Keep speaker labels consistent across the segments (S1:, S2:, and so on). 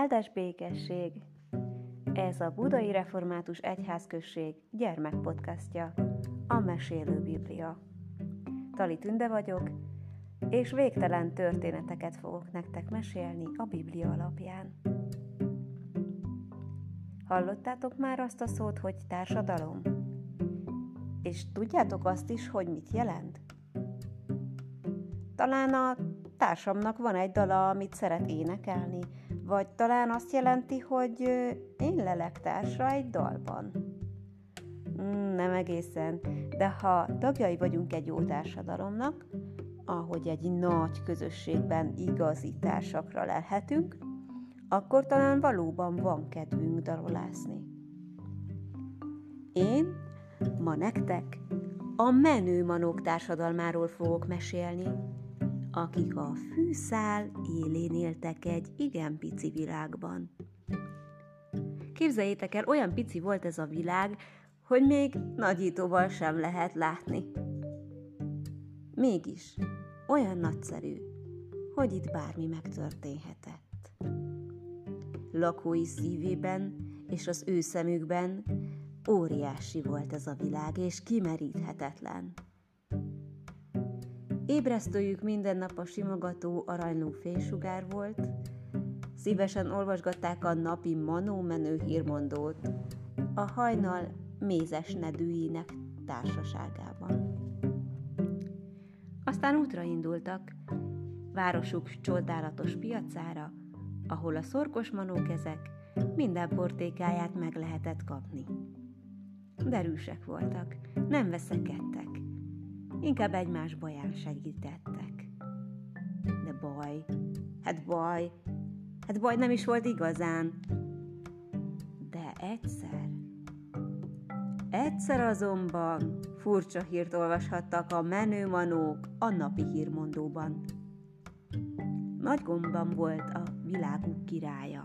S1: Áldás békesség! Ez a Budai Református Egyházközség gyermekpodcastja, a Mesélő Biblia. Tali Tünde vagyok, és végtelen történeteket fogok nektek mesélni a Biblia alapján. Hallottátok már azt a szót, hogy társadalom? És tudjátok azt is, hogy mit jelent? Talán a társamnak van egy dala, amit szeret énekelni, vagy talán azt jelenti, hogy én lelek társra egy dalban. Nem egészen, de ha tagjai vagyunk egy jó társadalomnak, ahogy egy nagy közösségben igazi társakra lelhetünk, akkor talán valóban van kedvünk dalolászni. Én ma nektek a menő manók társadalmáról fogok mesélni, akik a fűszál élén éltek egy igen pici világban. Képzeljétek el, olyan pici volt ez a világ, hogy még nagyítóval sem lehet látni. Mégis olyan nagyszerű, hogy itt bármi megtörténhetett. Lakói szívében és az ő szemükben óriási volt ez a világ, és kimeríthetetlen. Ébresztőjük minden nap a simogató aranyló fénysugár volt, szívesen olvasgatták a napi manó-menő hírmondót a hajnal mézes nedűinek társaságában. Aztán útra indultak, városuk csodálatos piacára, ahol a szorgos manókezek minden portékáját meg lehetett kapni. Derűsek voltak, nem veszekedtek, inkább egymás baján segítettek. De baj nem is volt igazán. De egyszer azonban furcsa hírt olvashattak a menő manók a napi hírmondóban. Nagy gondban volt a világuk királya.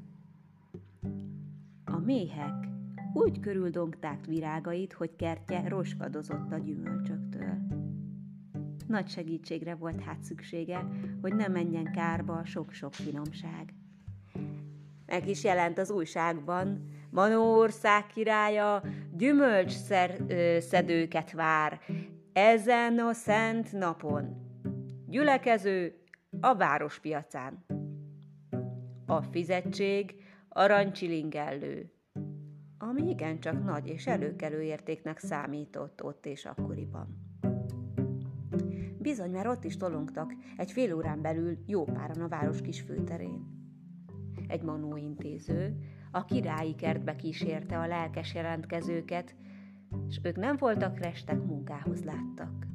S1: A méhek úgy körüldongták virágait, hogy kertje roskadozott a gyümölcsöktől. Nagy segítségre volt hát szüksége, hogy ne menjen kárba a sok-sok finomság. Meg is jelent az újságban: Manóország királya gyümölcsszedőket vár ezen a szent napon. Gyülekező a várospiacán. A fizetség aranycsilingellő, ami igencsak nagy és előkelő értéknek számított ott és akkoriban. Bizony, már ott is tolongtak egy fél órán belül jó páran a város kis főterén. Egy manóintéző a királyi kertbe kísérte a lelkes jelentkezőket, és ők nem voltak restek, munkához láttak.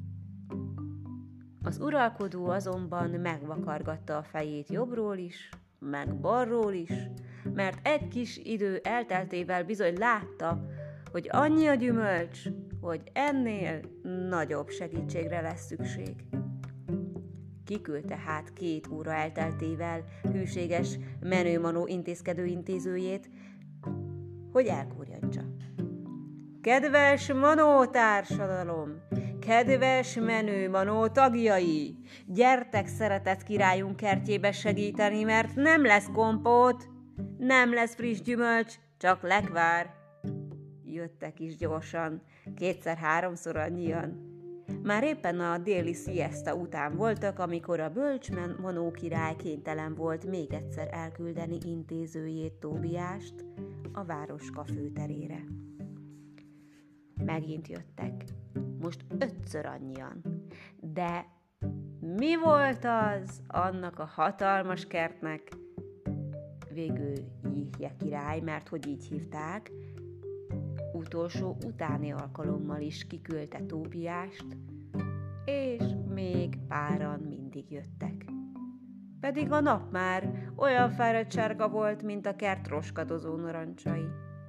S1: Az uralkodó azonban megvakargatta a fejét jobbról is, meg balról is, mert egy kis idő elteltével bizony látta, hogy annyi a gyümölcs, hogy ennél nagyobb segítségre lesz szükség. Kiküldte hát 2 óra elteltével hűséges menőmanó intézkedő-intézőjét, hogy elkúrjantsa. Kedves manó társadalom, kedves menőmanó tagjai, gyertek szeretett királyunk kertjébe segíteni, mert nem lesz kompót, nem lesz friss gyümölcs, csak lekvár. Jöttek is gyorsan, 2-3-szor annyian. Már éppen a déli siesta után voltak, amikor a bölcs manó király kénytelen volt még egyszer elküldeni intézőjét, Tóbiást a városka főterére. Megint jöttek, most 5-ször annyian. De mi volt az annak a hatalmas kertnek? Végül Jihje király, mert hogy így hívták, utolsó utáni alkalommal is kiküldte Tóbiást, és még páran mindig jöttek. Pedig a nap már olyan fáradtsárga volt, mint a kert roskadozó narancsai.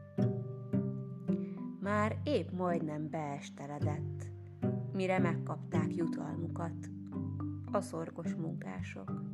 S1: Már épp majdnem beesteledett, mire megkapták jutalmukat a szorgos munkások.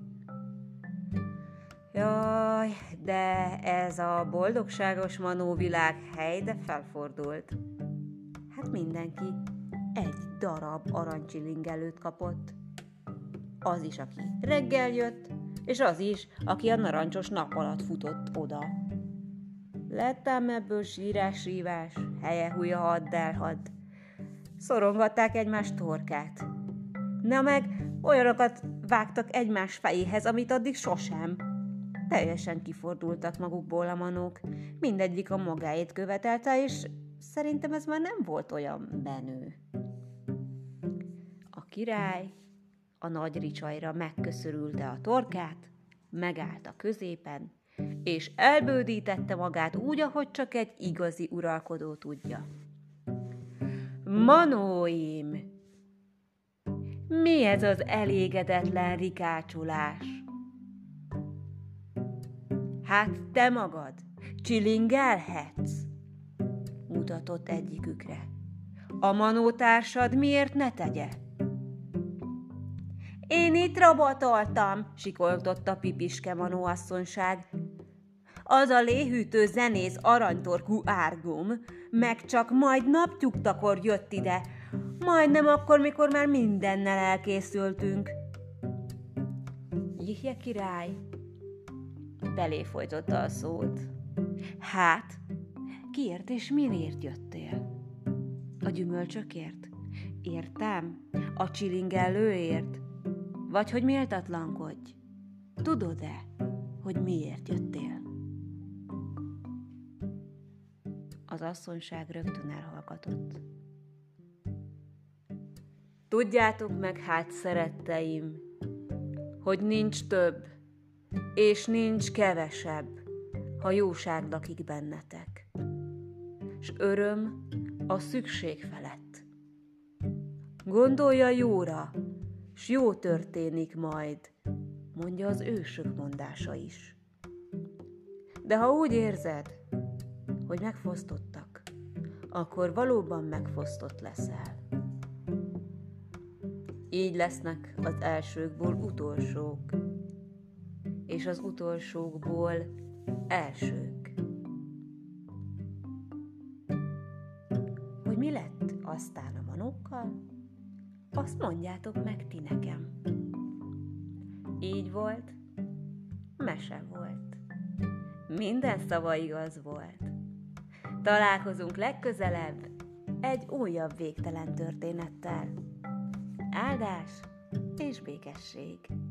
S1: Jaj, de ez a boldogságos manóvilág helyde felfordult. Hát mindenki egy darab aranycsilingelőt kapott. Az is, aki reggel jött, és az is, aki a narancsos nap alatt futott oda. Lettem ebből sírás-rívás, helye-húja hadd. Szorongatták egymás torkát. Na meg olyanokat vágtak egymás fejéhez, amit addig sosem. Teljesen kifordultak magukból a manók. Mindegyik a magáét követelte, és szerintem ez már nem volt olyan menő. A király a nagy ricsajra megköszörülte a torkát, megállt a középen, és elbődítette magát úgy, ahogy csak egy igazi uralkodó tudja. Manóim! Mi ez az elégedetlen rikácsolás? Hát te magad, csilingelhetsz? Mutatott egyikükre. A manótársad miért ne tegye? Én itt rabatoltam, sikoltotta Pipiske manóasszonyság. Az a léhűtő zenész aranytorkú árgum, meg csak majd naptyugtakor jött ide, majdnem akkor, mikor már mindennel elkészültünk. Jihje király belé folytotta a szót. Hát, kiért és miért jöttél? A gyümölcsökért? Értem, a csilingellőért? Vagy hogy méltatlankodj? Tudod-e, hogy miért jöttél? Az asszonyság rögtön elhallgatott. Tudjátok meg hát, szeretteim, hogy nincs több, és nincs kevesebb, ha jóság lakik bennetek, s öröm a szükség felett. Gondolja jóra, s jó történik majd, mondja az ősök mondása is. De ha úgy érzed, hogy megfosztottak, akkor valóban megfosztott leszel. Így lesznek az elsőkből utolsók, és az utolsókból elsők. Hogy mi lett aztán a manókkal? Azt mondjátok meg ti nekem. Így volt, mese volt. Minden szava igaz volt. Találkozunk legközelebb egy újabb végtelen történettel. Áldás és békesség!